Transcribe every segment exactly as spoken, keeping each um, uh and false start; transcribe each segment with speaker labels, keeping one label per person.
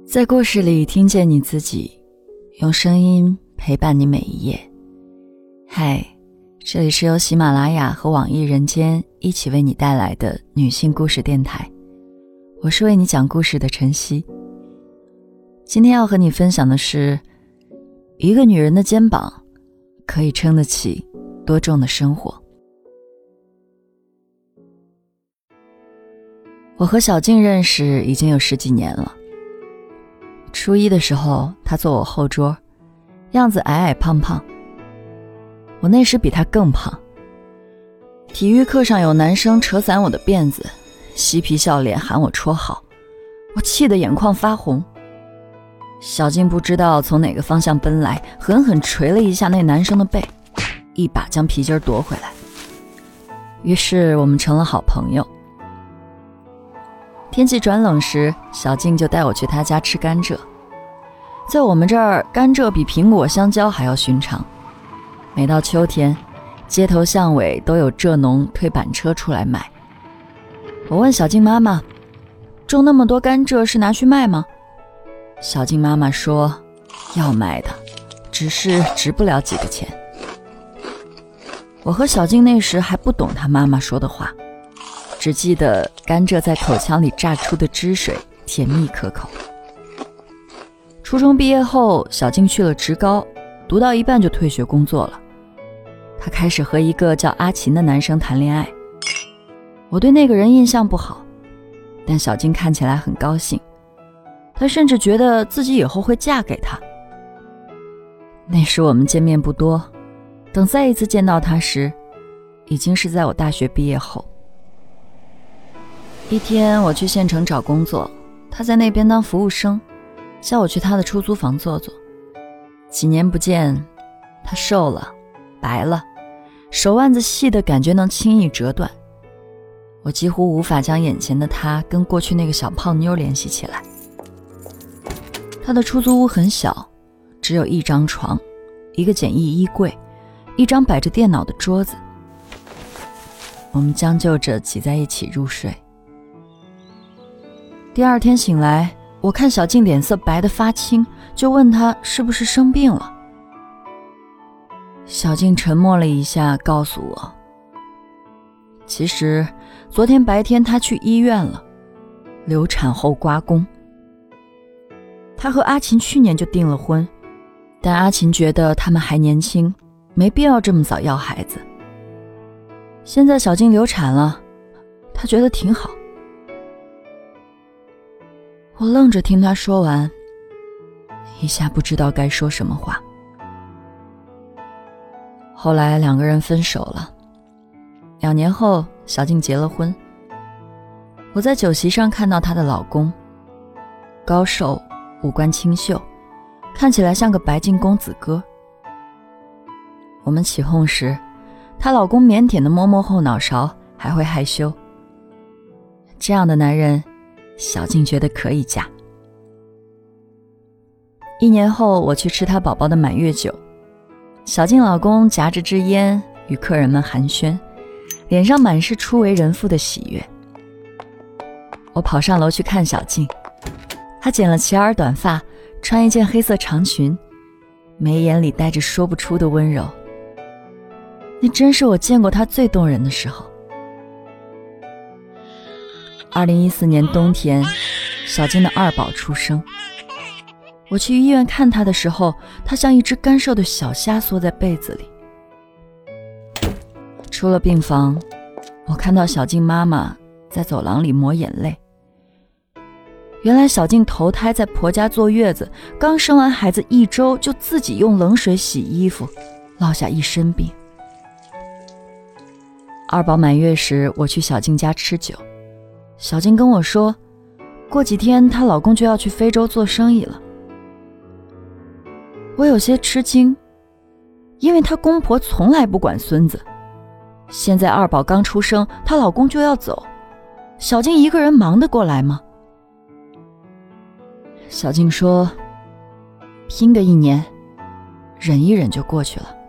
Speaker 1: 在故事里听见你自己，用声音陪伴你每一夜。嗨，这里是由喜马拉雅和网易人间一起为你带来的女性故事电台，我是为你讲故事的晨曦。今天要和你分享的是，一个女人的肩膀可以撑得起多重的生活。我和小静认识已经有十几年了。初一的时候，她坐我后桌，样子矮矮胖胖。我那时比她更胖。体育课上有男生扯散我的辫子，嬉皮笑脸喊我绰号，我气得眼眶发红。小静不知道从哪个方向奔来，狠狠捶了一下那男生的背，一把将皮筋夺回来。于是我们成了好朋友。天气转冷时，小静就带我去她家吃甘蔗。在我们这儿，甘蔗比苹果、香蕉还要寻常。每到秋天，街头巷尾都有蔗农推板车出来卖。我问小静妈妈，种那么多甘蔗是拿去卖吗？小静妈妈说，要卖的，只是值不了几个钱。我和小静那时还不懂她妈妈说的话，只记得甘蔗在口腔里榨出的汁水甜蜜可口。初中毕业后，小静去了职高，读到一半就退学工作了。她开始和一个叫阿琴的男生谈恋爱。我对那个人印象不好，但小静看起来很高兴，她甚至觉得自己以后会嫁给他。那时我们见面不多，等再一次见到他时，已经是在我大学毕业后。一天我去县城找工作，他在那边当服务生，叫我去他的出租房坐坐。几年不见，他瘦了，白了，手腕子细的感觉能轻易折断。我几乎无法将眼前的他跟过去那个小胖妞联系起来。他的出租屋很小，只有一张床，一个简易衣柜，一张摆着电脑的桌子。我们将就着挤在一起入睡。第二天醒来，我看小静脸色白得发青，就问她是不是生病了。小静沉默了一下，告诉我，其实昨天白天她去医院了，流产后刮宫。她和阿琴去年就订了婚，但阿琴觉得他们还年轻，没必要这么早要孩子。现在小静流产了，她觉得挺好。我愣着听他说完，一下不知道该说什么话。后来两个人分手了。两年后，小静结了婚。我在酒席上看到她的老公，高瘦，五官清秀，看起来像个白净公子哥。我们起哄时，她老公腼腆地摸摸后脑勺，还会害羞。这样的男人，小静觉得可以嫁。一年后，我去吃她宝宝的满月酒，小静老公夹着支烟与客人们寒暄，脸上满是初为人父的喜悦。我跑上楼去看小静，她剪了齐耳短发，穿一件黑色长裙，眉眼里带着说不出的温柔。那真是我见过她最动人的时候。二零一四年冬天，小静的二宝出生。我去医院看她的时候，她像一只干瘦的小虾缩在被子里。出了病房，我看到小静妈妈在走廊里抹眼泪。原来小静头胎在婆家坐月子，刚生完孩子一周就自己用冷水洗衣服，落下一身病。二宝满月时，我去小静家吃酒。小静跟我说，过几天她老公就要去非洲做生意了。我有些吃惊，因为她公婆从来不管孙子。现在二宝刚出生，她老公就要走，小静一个人忙得过来吗？小静说，拼个一年，忍一忍就过去了。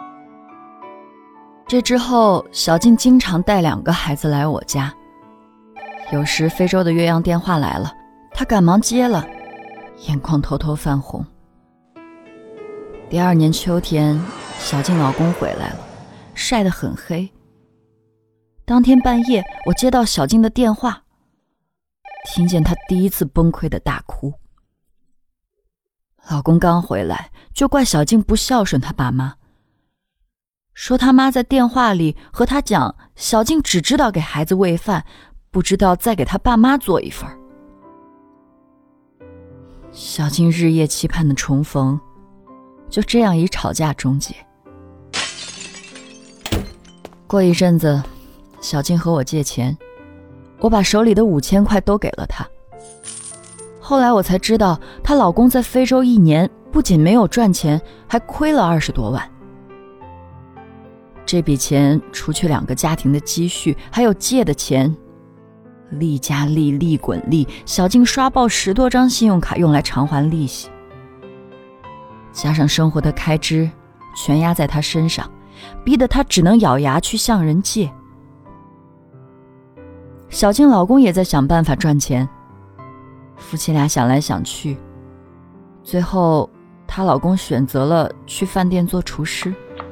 Speaker 1: 这之后，小静经常带两个孩子来我家。有时非洲的岳阳电话来了，她赶忙接了， 眼眶偷偷泛红。第二年秋天，小静老公回来了，晒得很黑。当天半夜，我接到小静的电话，听见她第一次崩溃的大哭。老公刚回来，就怪小静不孝顺他爸妈，说他妈在电话里和他讲，小静只知道给孩子喂饭，不知道再给他爸妈做一份。小静日夜期盼的重逢，就这样以吵架终结。过一阵子，小静和我借钱，我把手里的五千块都给了她。后来我才知道，她老公在非洲一年，不仅没有赚钱，还亏了二十多万。这笔钱除去两个家庭的积蓄，还有借的钱，利加利，利滚利，小静刷爆十多张信用卡用来偿还利息，加上生活的开支，全压在她身上，逼得她只能咬牙去向人借。小静老公也在想办法赚钱，夫妻俩想来想去，最后她老公选择了去饭店做厨师。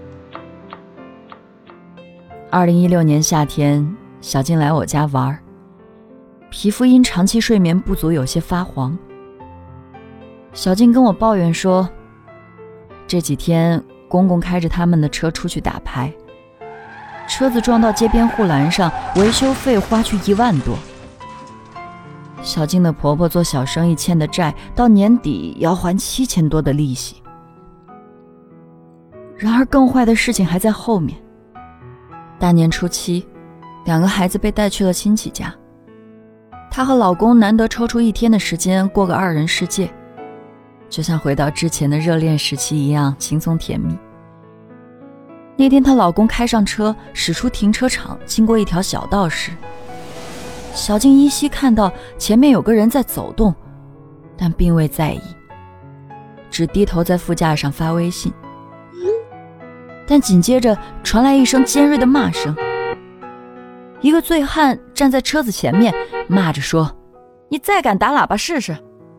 Speaker 1: 二零一六年夏天，小静来我家玩，皮肤因长期睡眠不足有些发黄。小静跟我抱怨说，这几天公公开着他们的车出去打牌，车子撞到街边护栏上，维修费花去一万多。小静的婆婆做小生意欠的债，到年底要还七千多的利息。然而更坏的事情还在后面。大年初七，两个孩子被带去了亲戚家，她和老公难得抽出一天的时间过个二人世界，就像回到之前的热恋时期一样轻松甜蜜。那天她老公开上车，驶出停车场，经过一条小道时，小静依稀看到前面有个人在走动，但并未在意，只低头在副驾上发微信。但紧接着传来一声尖锐的骂声，一个醉汉站在车子前面，骂着说：“你再敢打喇叭试试！”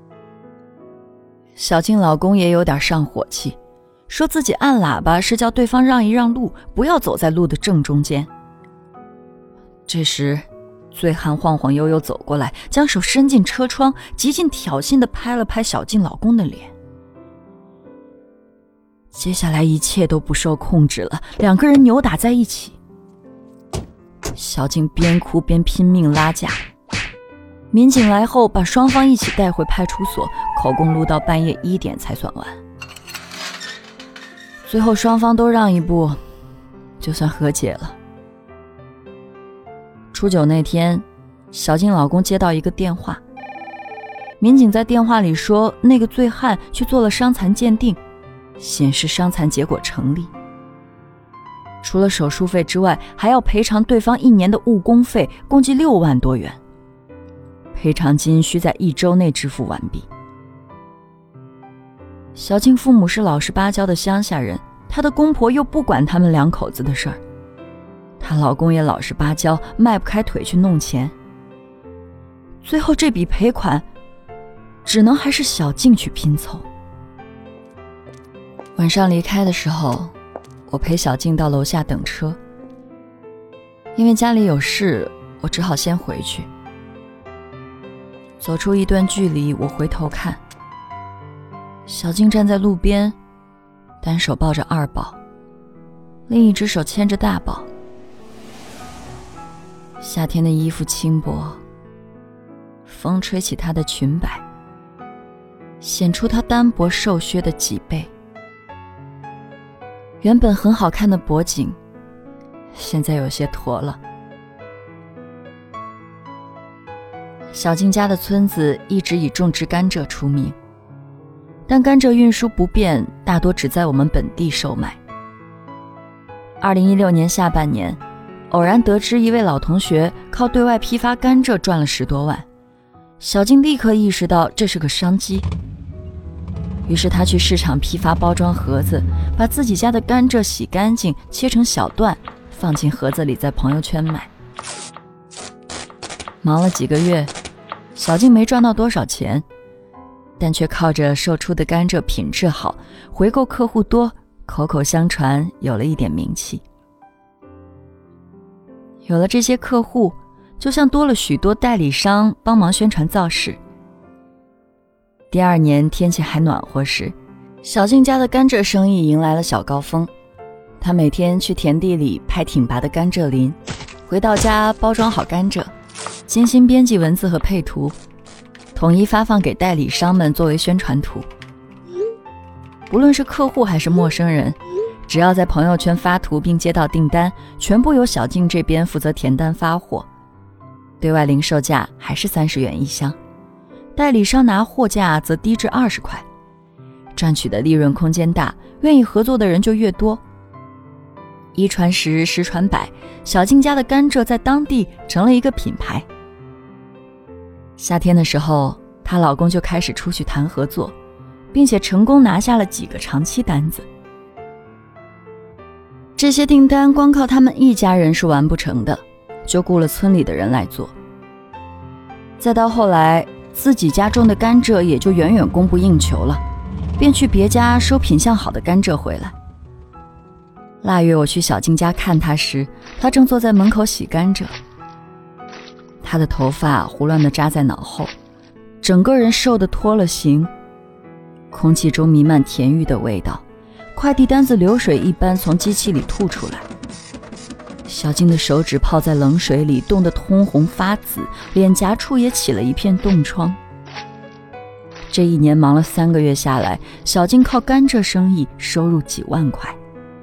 Speaker 1: 小静老公也有点上火气，说自己按喇叭是叫对方让一让路，不要走在路的正中间。这时醉汉晃晃悠悠走过来，将手伸进车窗，极尽挑衅地拍了拍小静老公的脸。接下来一切都不受控制了，两个人扭打在一起。小静边哭边拼命拉架，民警来后把双方一起带回派出所，口供录到半夜一点才算完。最后双方都让一步，就算和解了。初九那天，小静老公接到一个电话，民警在电话里说，那个醉汉去做了伤残鉴定，显示伤残结果成立，除了手术费之外，还要赔偿对方一年的误工费，共计六万多元，赔偿金需在一周内支付完毕。小静父母是老实巴交的乡下人，她的公婆又不管他们两口子的事儿，她老公也老实巴交，迈不开腿去弄钱。最后这笔赔款只能还是小静去拼凑。晚上离开的时候，我陪小静到楼下等车，因为家里有事，我只好先回去。走出一段距离，我回头看，小静站在路边，单手抱着二宝，另一只手牵着大宝。夏天的衣服轻薄，风吹起她的裙摆，显出她单薄瘦削的脊背。原本很好看的脖颈，现在有些驼了。小静家的村子一直以种植甘蔗出名，但甘蔗运输不便，大多只在我们本地售卖。二零一六年下半年，偶然得知一位老同学靠对外批发甘蔗赚了十多万，小静立刻意识到这是个商机。于是他去市场批发包装盒子，把自己家的甘蔗洗干净，切成小段，放进盒子里，在朋友圈卖。忙了几个月，小静没赚到多少钱， 但却靠着售出的甘蔗品质好，回购客户多，口口相传，有了一点名气。有了这些客户，就像多了许多代理商帮忙宣传造势。第二年天气还暖和时，小静家的甘蔗生意迎来了小高峰。她每天去田地里拍挺拔的甘蔗林，回到家包装好甘蔗，精心编辑文字和配图，统一发放给代理商们作为宣传图。不论是客户还是陌生人，只要在朋友圈发图并接到订单，全部由小静这边负责填单发货。对外零售价还是三十元一箱，代理商拿货价则低至二十块，赚取的利润空间大，愿意合作的人就越多。一传十，十传百，小静家的甘蔗在当地成了一个品牌。夏天的时候，她老公就开始出去谈合作，并且成功拿下了几个长期单子。这些订单光靠他们一家人是完不成的，就雇了村里的人来做。再到后来，自己家种的甘蔗也就远远供不应求了，便去别家收品相好的甘蔗回来。腊月我去小静家看她时，她正坐在门口洗甘蔗。她的头发胡乱地扎在脑后，整个人瘦得脱了形，空气中弥漫甜玉的味道，快递单子流水一般从机器里吐出来。小静的手指泡在冷水里，冻得通红发紫，脸颊处也起了一片冻疮。这一年忙了三个月下来，小静靠甘蔗生意收入几万块。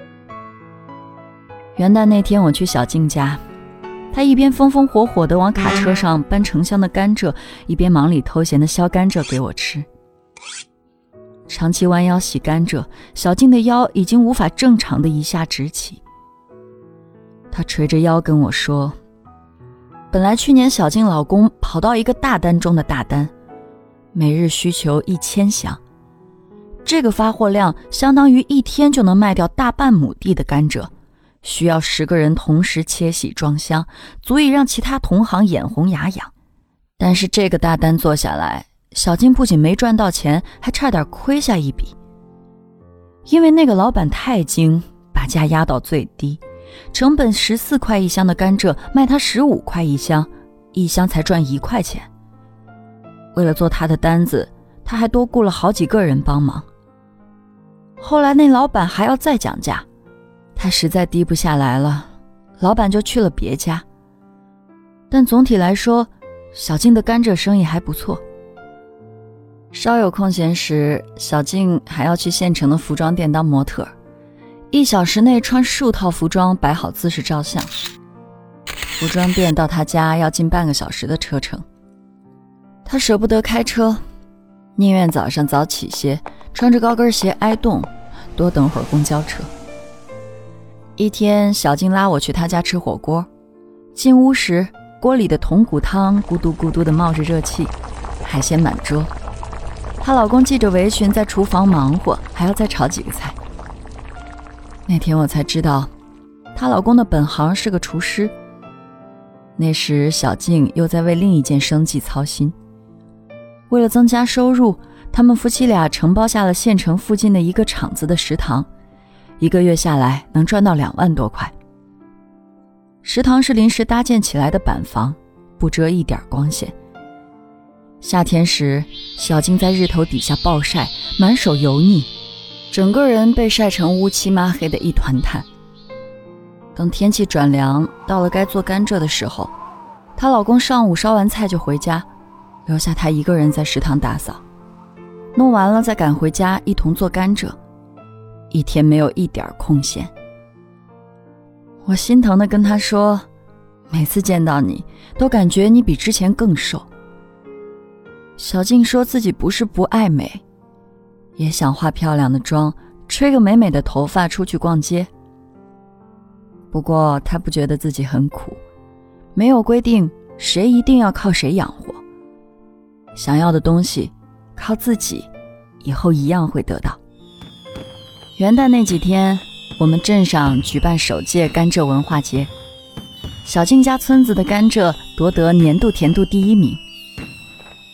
Speaker 1: 元旦那天我去小静家，她一边风风火火地往卡车上搬成箱的甘蔗，一边忙里偷闲地削甘蔗给我吃。长期弯腰洗甘蔗，小静的腰已经无法正常的一下直起。她垂着腰跟我说，本来去年小静老公跑到一个大单中的大单，每日需求一千箱，这个发货量相当于一天就能卖掉大半亩地的甘蔗，需要十个人同时切洗装箱，足以让其他同行眼红牙痒。但是这个大单做下来，小静不仅没赚到钱，还差点亏下一笔。因为那个老板太精，把价压到最低，成本十四块一箱的甘蔗卖他十五块一箱，一箱才赚一块钱。为了做他的单子，他还多雇了好几个人帮忙。后来那老板还要再讲价，他实在低不下来了，老板就去了别家。但总体来说，小静的甘蔗生意还不错。稍有空闲时，小静还要去县城的服装店当模特，一小时内穿数套服装，摆好姿势照相。服装店到她家要近半个小时的车程，她舍不得开车，宁愿早上早起些，穿着高跟鞋挨冻，多等会儿公交车。一天，小静拉我去她家吃火锅，进屋时，锅里的筒骨汤咕嘟咕嘟地冒着热气，海鲜满桌。她老公系着围裙在厨房忙活，还要再炒几个菜。那天我才知道，她老公的本行是个厨师。那时小静又在为另一件生计操心。为了增加收入，他们夫妻俩承包下了县城附近的一个厂子的食堂，一个月下来能赚到两万多块。食堂是临时搭建起来的板房，不遮一点光线。夏天时，小静在日头底下暴晒，满手油腻，整个人被晒成乌漆抹黑的一团炭。等天气转凉，到了该做甘蔗的时候，她老公上午烧完菜就回家，留下她一个人在食堂打扫，弄完了再赶回家一同做甘蔗，一天没有一点空闲。我心疼地跟她说，每次见到你都感觉你比之前更瘦。小静说自己不是不爱美，也想化漂亮的妆，吹个美美的头发出去逛街。不过她不觉得自己很苦，没有规定谁一定要靠谁养活，想要的东西靠自己，以后一样会得到。元旦那几天，我们镇上举办首届甘蔗文化节，小静家村子的甘蔗夺得年度甜度第一名。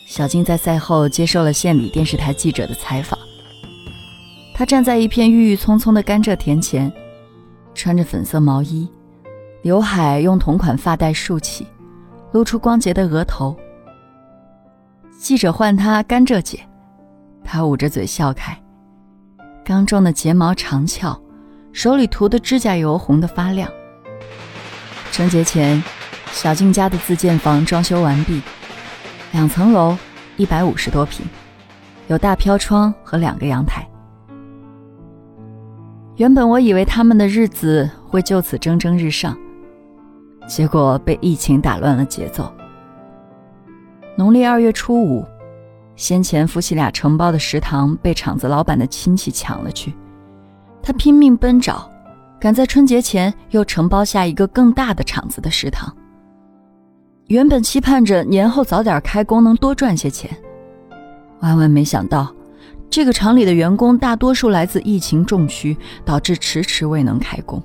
Speaker 1: 小静在赛后接受了县里电视台记者的采访。她站在一片郁郁葱葱的甘蔗田前，穿着粉色毛衣，刘海用同款发带竖起，露出光洁的额头。记者唤她甘蔗姐，她捂着嘴笑开，刚种的睫毛长翘，手里涂的指甲油红得发亮。春节前，小静家的自建房装修完毕，两层楼，一百五十多平，有大飘窗和两个阳台。原本我以为他们的日子会就此蒸蒸日上，结果被疫情打乱了节奏。农历二月初五，先前夫妻俩承包的食堂被厂子老板的亲戚抢了去，他拼命奔找，赶在春节前又承包下一个更大的厂子的食堂。原本期盼着年后早点开工能多赚些钱，万万没想到这个厂里的员工大多数来自疫情重区，导致迟迟未能开工。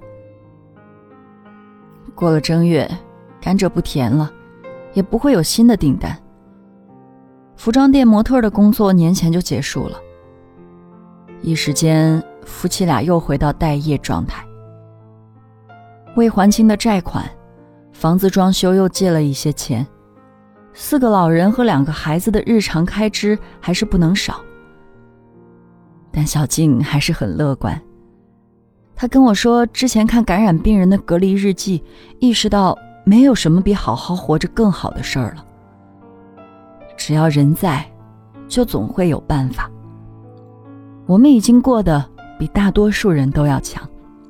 Speaker 1: 过了正月，甘蔗不甜了，也不会有新的订单。服装店模特的工作年前就结束了，一时间夫妻俩又回到待业状态。未还清的债款，房子装修又借了一些钱，四个老人和两个孩子的日常开支还是不能少。但小静还是很乐观，她跟我说，之前看感染病人的隔离日记，意识到没有什么比好好活着更好的事儿了。只要人在，就总会有办法。我们已经过得比大多数人都要强。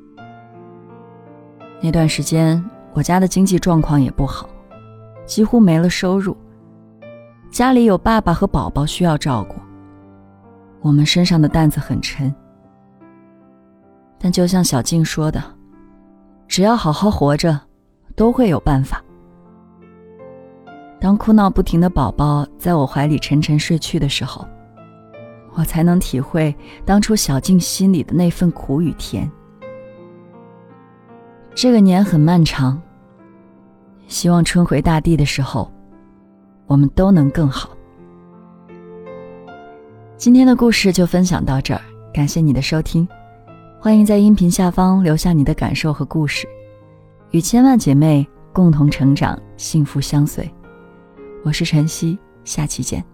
Speaker 1: 那段时间，我家的经济状况也不好，几乎没了收入，家里有爸爸和宝宝需要照顾，我们身上的担子很沉。但就像小静说的，只要好好活着，都会有办法。当哭闹不停的宝宝在我怀里沉沉睡去的时候，我才能体会当初小静心里的那份苦与甜。这个年很漫长，希望春回大地的时候，我们都能更好。今天的故事就分享到这儿，感谢你的收听。欢迎在音频下方留下你的感受和故事，与千万姐妹共同成长，幸福相随。我是晨曦，下期见。